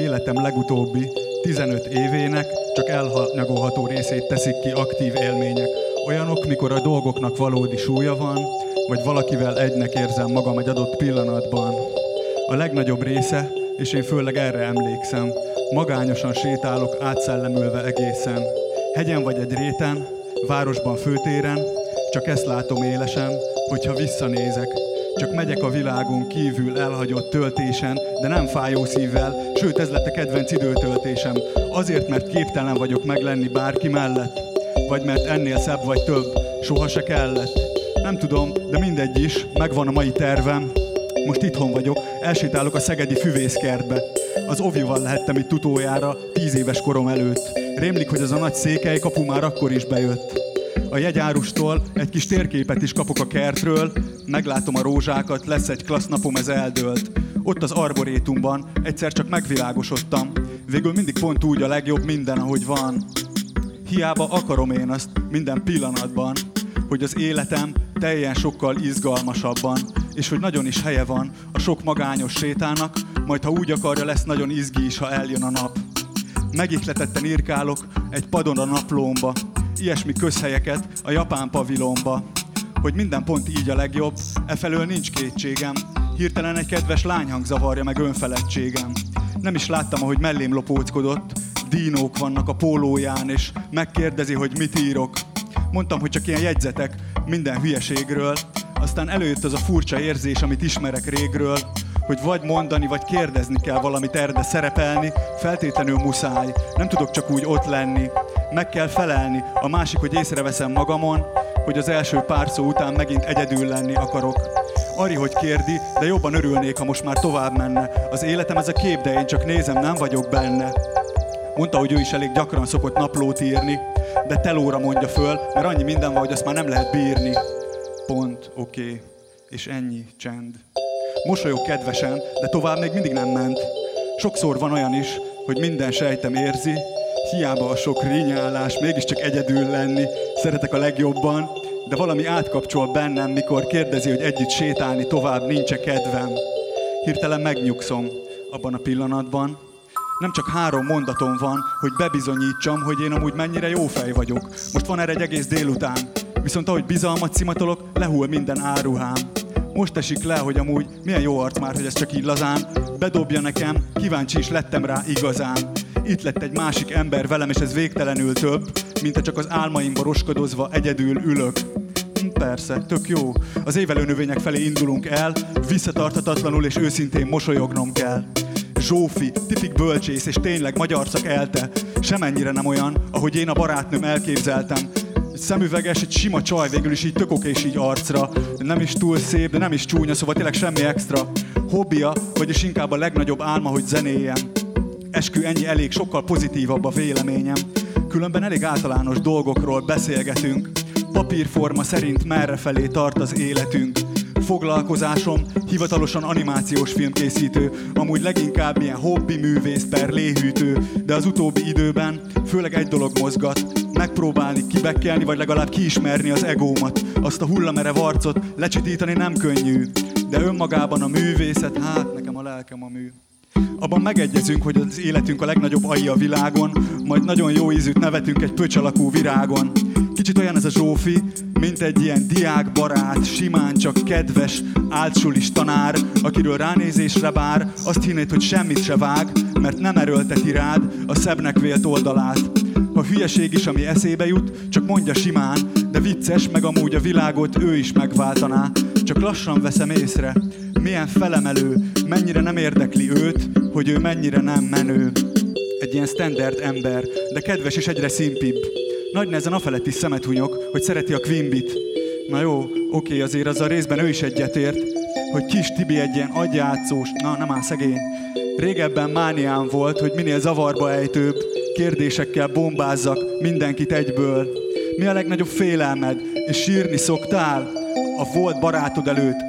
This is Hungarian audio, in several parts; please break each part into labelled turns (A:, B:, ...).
A: életem legutóbbi 15 évének csak elhanyagolható részét teszik ki aktív élmények. Olyanok, mikor a dolgoknak valódi súlya van, vagy valakivel egynek érzem magam egy adott pillanatban. A legnagyobb része, és én főleg erre emlékszem, magányosan sétálok átszellemülve egészen. Hegyen vagy egy réten, városban, főtéren, csak ezt látom élesen, hogyha visszanézek. Csak megyek a világon kívül elhagyott töltésen, de nem fájó szívvel, sőt ez lett a kedvenc időtöltésem. Azért, mert képtelen vagyok meglenni bárki mellett, vagy mert ennél szebb vagy több, soha se kellett. Nem tudom, de mindegy is, megvan a mai tervem. Most itthon vagyok, elsétálok a szegedi füvészkertbe. Az Ovival lehettem itt utoljára 10 éves korom előtt. Rémlik, hogy az a nagy székely kapu már akkor is bejött. A jegyárustól egy kis térképet is kapok a kertről, meglátom a rózsákat, lesz egy klassz napom, ez eldőlt. Ott az arborétumban egyszer csak megvilágosodtam, végül mindig pont úgy a legjobb minden, ahogy van. Hiába akarom én azt minden pillanatban, hogy az életem teljen sokkal izgalmasabban, és hogy nagyon is helye van a sok magányos sétának, majd ha úgy akarja, lesz nagyon izgi is, ha eljön a nap. Megihletetten irkálok egy padon a naplómba, ilyesmi közhelyeket a japán pavilonba. Hogy minden pont így a legjobb, efelől nincs kétségem, hirtelen egy kedves lányhang zavarja meg önfeledtségem. Nem is láttam, ahogy mellém lopóckodott, dínók vannak a pólóján, és megkérdezi, hogy mit írok. Mondtam, hogy csak ilyen jegyzetek minden hülyeségről, aztán előjött az a furcsa érzés, amit ismerek régről, hogy vagy mondani, vagy kérdezni kell valamit erre, de szerepelni feltétlenül muszáj. Nem tudok csak úgy ott lenni, meg kell felelni. A másik, hogy észreveszem magamon, hogy az első pár szó után megint egyedül lenni akarok. Ari, hogy kérdi, de jobban örülnék, ha most már tovább menne. Az életem ez a kép, de én csak nézem, nem vagyok benne. Mondta, hogy ő is elég gyakran szokott naplót írni, de telóra mondja föl, mert annyi minden van, hogy azt már nem lehet bírni. Pont, oké. És ennyi, csend. Mosolyog kedvesen, de tovább még mindig nem ment. Sokszor van olyan is, hogy minden sejtem érzi, hiába a sok rinyálás, mégiscsak egyedül lenni. Szeretek a legjobban, de valami átkapcsol bennem, mikor kérdezi, hogy együtt sétálni tovább nincs-e kedvem. Hirtelen megnyugszom abban a pillanatban. Nem csak 3 mondatom van, hogy bebizonyítsam, hogy én amúgy mennyire jó fej vagyok. Most van erre egy egész délután. Viszont ahogy bizalmat szimatolok, lehull minden áruhám. Most esik le, hogy amúgy milyen jó arc már, hogy ez csak így lazán bedobja nekem, kíváncsi is lettem rá igazán. Itt lett egy másik ember velem, és ez végtelenül több, mint ha csak az álmaimba roskadozva egyedül ülök. Persze, tök jó. Az évelőnövények felé indulunk el, visszatarthatatlanul és őszintén mosolyognom kell. Zsófi, tipik bölcsész és tényleg magyar szak elte. Semennyire nem olyan, ahogy én a barátnőm elképzeltem. Egy szemüveges, egy sima csaj, végül is így tök okés így arcra. Nem is túl szép, de nem is csúnya, szóval tényleg semmi extra. Hobbija, vagyis inkább a legnagyobb álma, hogy zenéjem. Eskü, ennyi elég, sokkal pozitívabb a véleményem. Különben elég általános dolgokról beszélgetünk. Papírforma szerint merrefelé tart az életünk. Foglalkozásom hivatalosan animációs filmkészítő, amúgy leginkább ilyen hobbi művész per léhűtő, de az utóbbi időben főleg egy dolog mozgat, megpróbálni kibekkelni, vagy legalább kiismerni az egómat. Azt a hullamerev arcot lecsitítani nem könnyű, de önmagában a művészet, hát nekem a lelkem a mű. Abban megegyezünk, hogy az életünk a legnagyobb alja a világon, majd nagyon jó ízűt nevetünk egy pöcs alakú virágon. Kicsit olyan ez a Zsófi, mint egy ilyen diákbarát, simán csak kedves, áltsulis tanár, akiről ránézésre bár azt hinnéd, hogy semmit se vág, mert nem erőlteti rád a szebbnek vélt oldalát. Ha hülyeség is, ami eszébe jut, csak mondja simán, de vicces, meg amúgy a világot ő is megváltaná. Csak lassan veszem észre, milyen felemelő, mennyire nem érdekli őt, hogy ő mennyire nem menő. Egy ilyen standard ember, de kedves és egyre szimpibb. Nagy nehezen afelett is szemet hunyok, hogy szereti a Quimbit. Na jó, oké, azért az a részben ő is egyetért, hogy kis Tibi egy ilyen agyjátszós, na nem áll szegény. Régebben mániám volt, hogy minél zavarba ejtőbb kérdésekkel bombázzak mindenkit egyből. Mi a legnagyobb félelmed? És sírni szoktál? A volt barátod előtt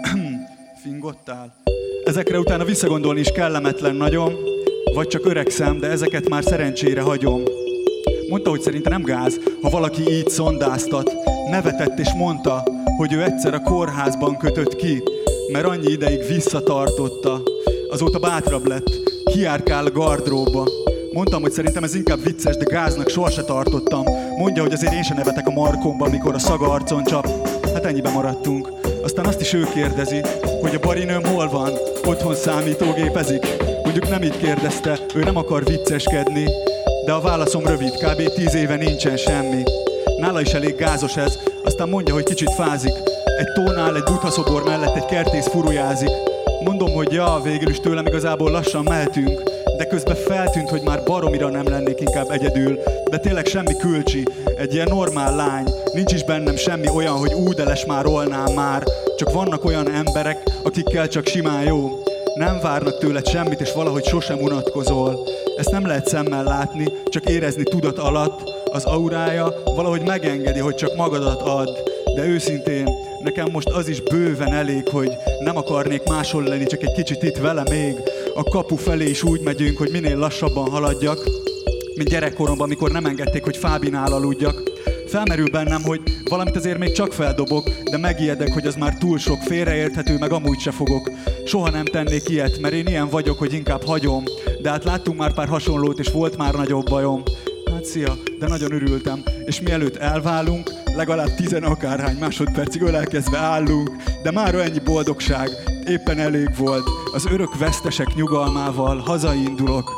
A: fingottál? Ezekre utána visszagondolni is kellemetlen nagyon, vagy csak öregszem, de ezeket már szerencsére hagyom. Mondta, hogy szerinte nem gáz, ha valaki így szondáztat. Nevetett és mondta, hogy ő egyszer a kórházban kötött ki, mert annyi ideig visszatartotta. Azóta bátrabb lett, kiárkál a gardróbba. Mondtam, hogy szerintem ez inkább vicces, de gáznak soha se tartottam. Mondja, hogy azért én se nevetek a markomba, amikor a szaga arcon csap. Hát ennyiben maradtunk. Aztán azt is ő kérdezi, hogy a barinőm hol van, otthon számítógépezik. Mondjuk nem így kérdezte, ő nem akar vicceskedni, de a válaszom rövid, kb. 10 éve nincsen semmi. Nála is elég gázos ez, aztán mondja, hogy kicsit fázik. Egy tónál, egy Buddha szobor mellett egy kertész furujázik. Mondom, hogy ja, végül is tőlem igazából lassan mehetünk, de közben feltűnt, hogy már baromira nem lennék inkább egyedül. De tényleg semmi külcsi, egy ilyen normál lány. Nincs is bennem semmi olyan, hogy de lesmárolnám már. Csak vannak olyan emberek, akikkel csak simán jó. Nem várnak tőled semmit, és valahogy sosem unatkozol. Ezt nem lehet szemmel látni, csak érezni tudat alatt. Az aurája valahogy megengedi, hogy csak magadat add. De őszintén, nekem most az is bőven elég, hogy nem akarnék máshol lenni, csak egy kicsit itt vele még. A kapu felé is úgy megyünk, hogy minél lassabban haladjak, mint gyerekkoromban, amikor nem engedték, hogy Fábinál aludjak. Felmerül bennem, hogy valamit azért még csak feldobok, de megijedek, hogy az már túl sok, félreérthető, meg amúgy se fogok. Soha nem tennék ilyet, mert én ilyen vagyok, hogy inkább hagyom. De hát láttunk már pár hasonlót, és volt már nagyobb bajom. Hát szia, de nagyon örültem. És mielőtt elválunk, legalább 10 akárhány másodpercig ölelkezve állunk, de már ennyi boldogság éppen elég volt. Az örök vesztesek nyugalmával hazaindulok.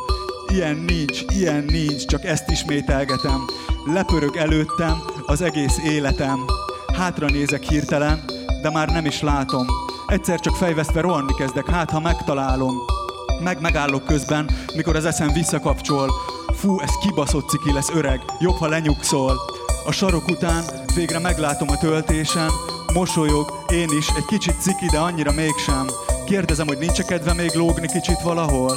A: Ilyen nincs, csak ezt ismételgetem. Lepörög előttem az egész életem. Hátra nézek hirtelen, de már nem is látom. Egyszer csak fejvesztve rohanni kezdek, hát ha megtalálom. Megállok közben, mikor az eszem visszakapcsol. Fú, ez kibaszott ciki lesz, öreg, jobb, ha lenyugszol. A sarok után végre meglátom a töltésen. Mosolyog, én is, egy kicsit ciki, de annyira mégsem. Kérdezem, hogy nincs-e kedve még lógni kicsit valahol?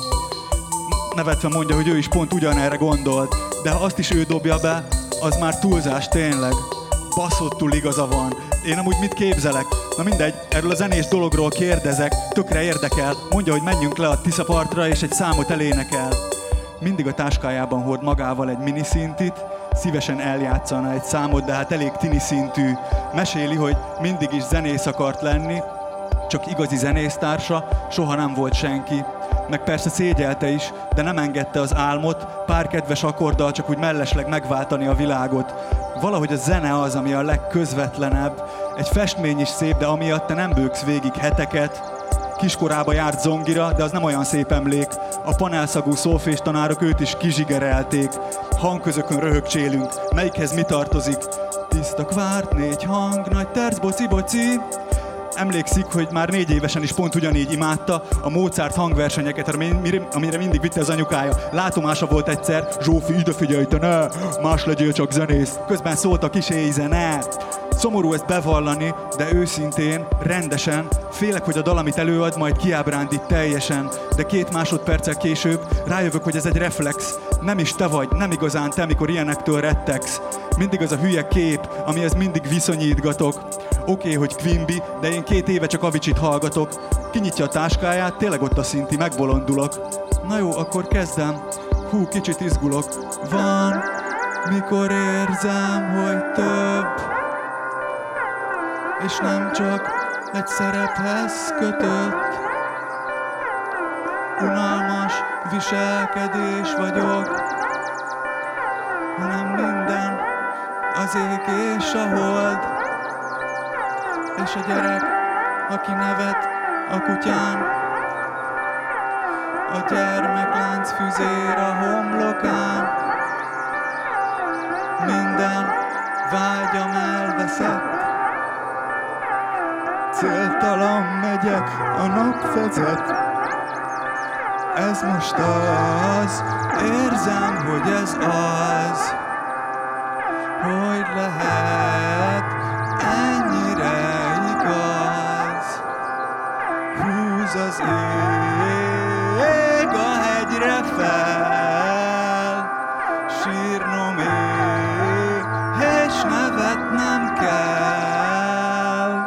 A: Nevetve mondja, hogy ő is pont ugyanerre gondolt. De ha azt is ő dobja be, az már túlzás tényleg. Baszottul igaza van. Én amúgy mit képzelek? Na mindegy, erről a zenés dologról kérdezek, tökre érdekel. Mondja, hogy menjünk le a Tiszapartra és egy számot elénekel. Mindig a táskájában hord magával egy miniszintit, szívesen eljátszana egy számot, de hát elég tini szintű. Meséli, hogy mindig is zenész akart lenni, csak igazi zenésztársa soha nem volt senki. Meg persze szégyelte is, de nem engedte az álmot, pár kedves akkorddal csak úgy mellesleg megváltani a világot. Valahogy a zene az, ami a legközvetlenebb. Egy festmény is szép, de amiatt te nem bőgsz végig heteket. Kiskorába járt zongira, de az nem olyan szép emlék. A panelszagú szolfés tanárok őt is kizsigerelték. Hangközökön röhögcsélünk, melyikhez mi tartozik? Tiszta kvárt, 4 hang, nagy terc, boci. Emlékszik, hogy már 4 évesen is pont ugyanígy imádta a Mozart hangversenyeket, amire mindig vitte az anyukája. Látomása volt egyszer, Zsófi, ide figyelj, te ne, más legyél csak zenész. Közben szólt a kis éjzene. Szomorú ezt bevallani, de őszintén, rendesen, félek, hogy a dal, amit előad, majd kiábrándít teljesen. De 2 másodperccel később rájövök, hogy ez egy reflex. Nem is te vagy, nem igazán te, mikor ilyenektől rettegsz. Mindig az a hülye kép, amihez mindig viszonyítgatok. Oké, hogy Quimby, de én 2 éve csak Avicit hallgatok. Kinyitja a táskáját, tényleg ott a szinti, megbolondulok. Na jó, akkor kezdem. Hú, kicsit izgulok. Van, mikor érzem, hogy több, és nem csak egy szerephez kötött. Unalmas viselkedés vagyok, hanem minden az ég és a hold, és a gyerek, aki nevet a kutyán, a gyermeklánc füzér a homlokán. Minden vágyam elveszett, céltalan megyek a napvezet. Ez most az, érzem, hogy ez az. Hogy lehet ennyire igaz? Húz az ég a hegyre fel, sírnom ég, és nevetnem kell.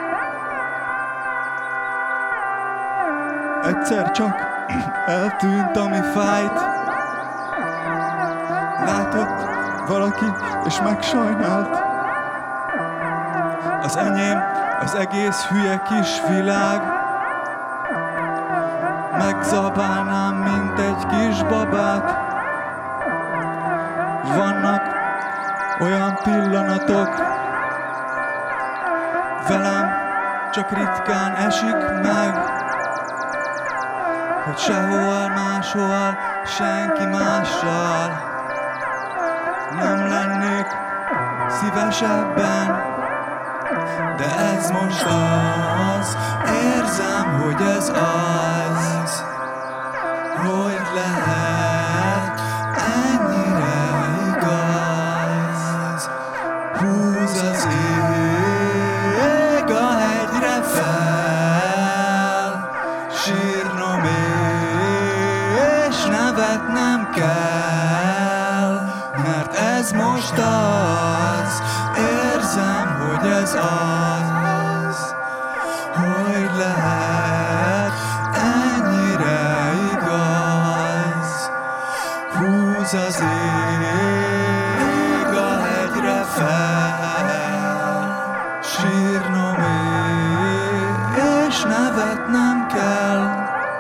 A: Egyszer csak eltűnt, ami fájt. Látott valaki, és megsajnált. Az enyém, az egész hülye kis világ. megzabálnám, mint egy kisbabát. Vannak olyan pillanatok, velem csak ritkán esik meg, hogy sehol máshol, senki mással nem lennék szívesebben. De ez most az, érzem, hogy ez az, hogy lehet ennyire igaz. Húz az ég a hegyre fel, sírnom és nevetnem kell, mert ez most az, érzem, hogy ez az, hogy lehet ennyire igaz. Húz az ég a hegyre fel, sírnom és nevetnem kell.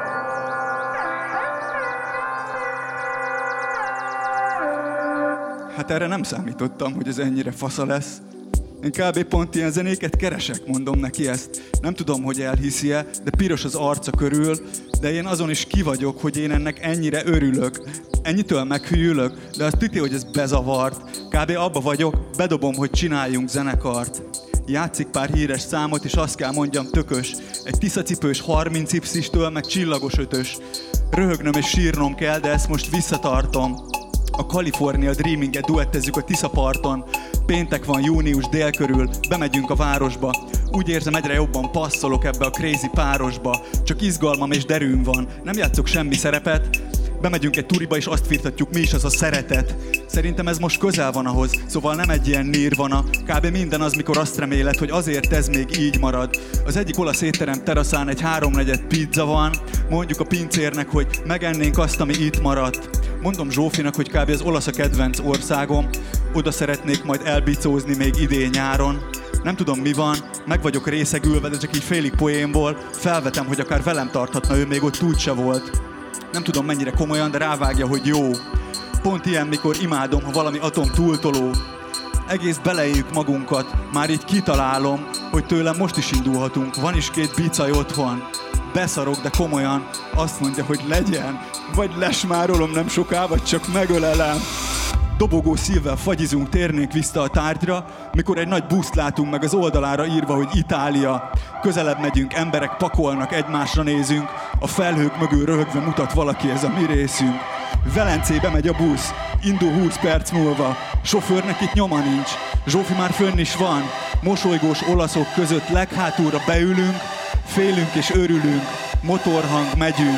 A: Hát erre nem számítottam, hogy ez ennyire fasza lesz. Én kb. Pont ilyen zenéket keresek, mondom neki ezt. Nem tudom, hogy elhiszi-e, de piros az arca körül, de én azon is ki vagyok, hogy én ennek ennyire örülök. Ennyitől meghűlök, de azt tüti, hogy ez bezavart. Kb. Abba vagyok, bedobom, hogy csináljunk zenekart. Játszik pár híres számot, és azt kell mondjam tökös. Egy tiszacipős 30 ipszistől, meg csillagos 5-ös. Röhögnöm és sírnom kell, de ezt most visszatartom. A California Dreaming-et duettezzük a Tiszaparton. Péntek van, június dél körül, bemegyünk a városba. Úgy érzem, egyre jobban passzolok ebbe a crazy párosba. Csak izgalmam és derűm van, nem játszok semmi szerepet. Bemegyünk egy turiba és azt firtatjuk, mi is az a szeretet. Szerintem ez most közel van ahhoz, szóval nem egy ilyen nirvana. Kb. Minden az, mikor azt reméled, hogy azért ez még így marad. Az egyik olasz étterem teraszán egy 3/4 pizza van. Mondjuk a pincérnek, hogy megennénk azt, ami itt maradt. Mondom Zsófinak, hogy kb. Az olasz a kedvenc országom. Oda szeretnék majd elbicózni még idén nyáron. Nem tudom mi van, meg vagyok részegülve, de csak így félig poénból. Felvetem, hogy akár velem tarthatna, ő még ott úgyse volt. Nem tudom mennyire komolyan, de rávágja, hogy jó. Pont ilyen, mikor imádom, ha valami atom túltoló. Egész beleéljük magunkat, már így kitalálom, hogy tőlem most is indulhatunk. Van is 2 bicaj otthon. Beszarok, de komolyan, azt mondja, hogy legyen. Vagy lesmárolom nem soká, vagy csak megölelem. Dobogó szívvel fagyizunk, térnénk vissza a tárgyra, mikor egy nagy buszt látunk meg az oldalára írva, hogy Itália. Közelebb megyünk, emberek pakolnak, egymásra nézünk, a felhők mögül röhögve mutat valaki, ez a mi részünk. Velencébe megy a busz, indul 20 perc múlva, sofőrnek itt nyoma nincs, Zsófi már fönn is van, mosolygós olaszok között leghátulra beülünk, félünk és örülünk, motorhang, megyünk.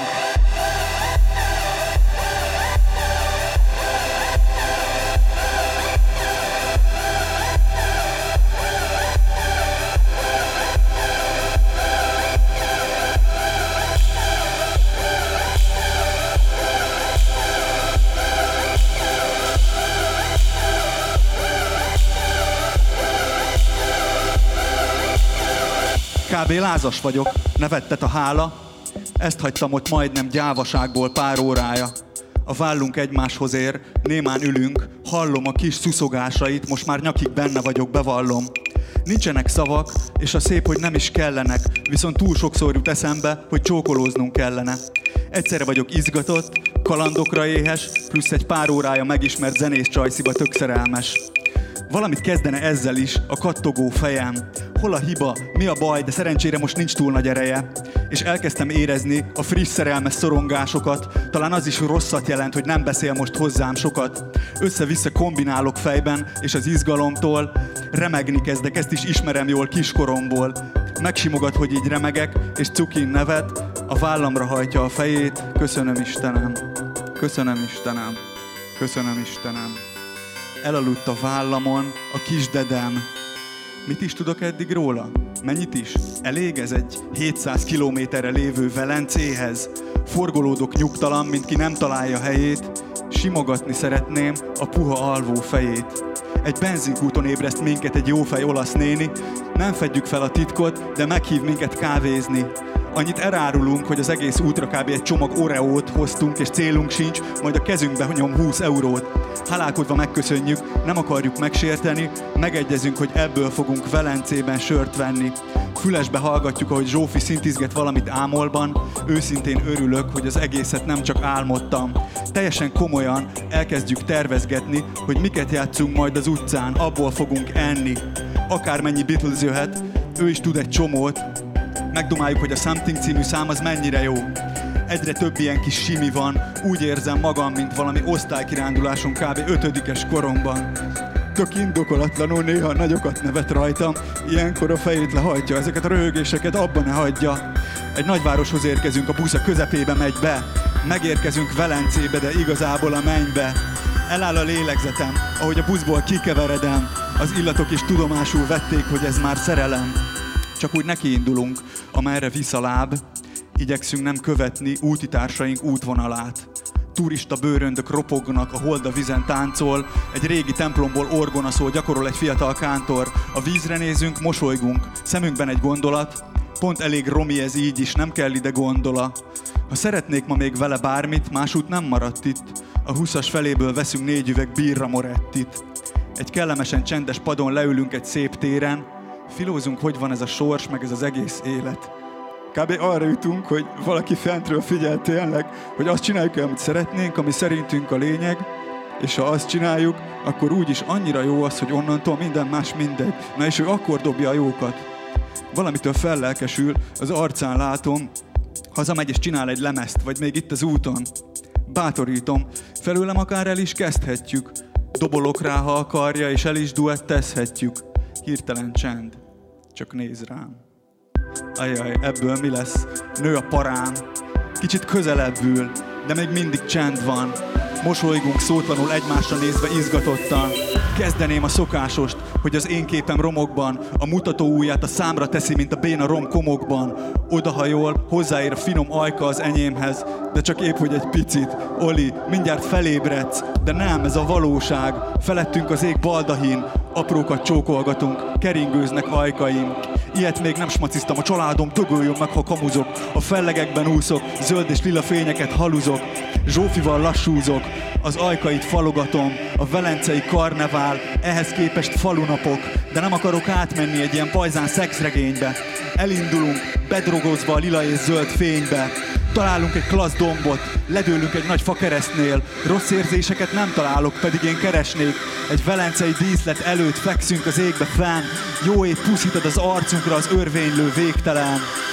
A: Kb. Lázas vagyok, nevettet a hála, ezt hagytam ott majdnem gyávaságból pár órája. A vállunk egymáshoz ér, némán ülünk, hallom a kis szuszogásait, most már nyakig benne vagyok, bevallom. Nincsenek szavak, és a szép, hogy nem is kellenek, viszont túl sokszor jut eszembe, hogy csókolóznunk kellene. Egyszerre vagyok izgatott, kalandokra éhes, plusz egy pár órája megismert zenész csajsziba tök szerelmes. Valamit kezdene ezzel is, a kattogó fejem. Hol a hiba, mi a baj, de szerencsére most nincs túl nagy ereje. És elkezdtem érezni a friss szerelmes szorongásokat. Talán az is rosszat jelent, hogy nem beszél most hozzám sokat. Össze-vissza kombinálok fejben, és az izgalomtól remegni kezdek, ezt is ismerem jól kiskoromból. Megsimogat, hogy így remegek, és cukin nevet, a vállamra hajtja a fejét. Köszönöm Istenem, köszönöm Istenem, köszönöm Istenem. Elaludt a vállamon a kisdedem. Mit is tudok eddig róla? Mennyit is? Elég ez egy 700 kilométerre lévő Velencéhez? Forgolódok nyugtalan, mint ki nem találja helyét. Simogatni szeretném a puha alvó fejét. Egy benzinkúton ébreszt minket egy jófej olasz néni. Nem fedjük fel a titkot, de meghív minket kávézni. Annyit elárulunk, hogy az egész útra kb. Egy csomag Oreót hoztunk, és célunk sincs, majd a kezünkbe nyom 20 eurót. Halálkodva megköszönjük, nem akarjuk megsérteni, megegyezünk, hogy ebből fogunk Velencében sört venni. Fülesbe hallgatjuk, ahogy Zsófi szintizget valamit ámolban, őszintén örülök, hogy az egészet nem csak álmodtam. Teljesen komolyan elkezdjük tervezgetni, hogy miket játszunk majd az utcán, abból fogunk enni. Akármennyi Beatles jöhet, ő is tud egy csomót, megdumáljuk, hogy a Something című szám az mennyire jó. Egyre több ilyen kis simi van, úgy érzem magam, mint valami osztálykiránduláson kb. 5-es koromban. Tök indokolatlanul néha nagyokat nevet rajtam, ilyenkor a fejét lehajtja, ezeket a röhögéseket abba ne hagyja. Egy nagyvároshoz érkezünk, a busz a közepébe megy be, megérkezünk Velencébe, de igazából a mennybe. Eláll a lélegzetem, ahogy a buszból kikeveredem, az illatok is tudomásul vették, hogy ez már szerelem. Csak úgy nekiindulunk, amerre visz a láb, igyekszünk nem követni útitársaink útvonalát. Turista bőröndök ropognak, a hold a vízen táncol, egy régi templomból orgona szól, gyakorol egy fiatal kántor. A vízre nézünk, mosolygunk, szemünkben egy gondolat, pont elég romi ez így is, nem kell ide gondola. Ha szeretnék ma még vele bármit, másút nem maradt itt, a 20-as feléből veszünk 4 üveg birra morettit. Egy kellemesen csendes padon leülünk egy szép téren, filózunk, hogy van ez a sors, meg ez az egész élet. Kb. Arra jutunk, hogy valaki fentről figyel tényleg, hogy azt csináljuk, amit szeretnénk, ami szerintünk a lényeg, és ha azt csináljuk, akkor úgyis annyira jó az, hogy onnantól minden más mindegy. Na és ő akkor dobja a jókat. Valamitől fellelkesül, az arcán látom, hazamegy és csinál egy lemezt, vagy még itt az úton. Bátorítom, felőlem akár el is kezdhetjük. Dobolok rá, ha akarja, és el is duettezhetjük. Hirtelen csend, csak néz rám. Ajjaj, ebből mi lesz? Nő a parám, kicsit közelebb ül, de még mindig csend van. Mosolygunk szótlanul egymásra nézve izgatottan. Kezdeném a szokásost, hogy az én képem romokban a mutató ujját a számra teszi, mint a béna rom komokban. Odahajol, hozzáér a finom ajka az enyémhez, de csak épp, hogy egy picit. Oli, mindjárt felébredsz, de nem, ez a valóság. Felettünk az ég baldahín, aprókat csókolgatunk, keringőznek ajkaim. Ilyet még nem smaciztam, a családom dögöljön meg, ha kamuzok. A fellegekben úszok, zöld és lila fényeket haluzok. Zsófival lassúzok, az ajkait falogatom. A velencei karnevál, ehhez képest falunapok. De nem akarok átmenni egy ilyen pajzán szexregénybe. Elindulunk, bedrogozva a lila és zöld fénybe. Találunk egy klassz dombot, ledőlünk egy nagy fakeresztnél. Rossz érzéseket nem találok, pedig én keresnék. Egy velencei díszlet előtt fekszünk az égbe fenn. Jó épp puszítod az arcunkra az örvénylő végtelen.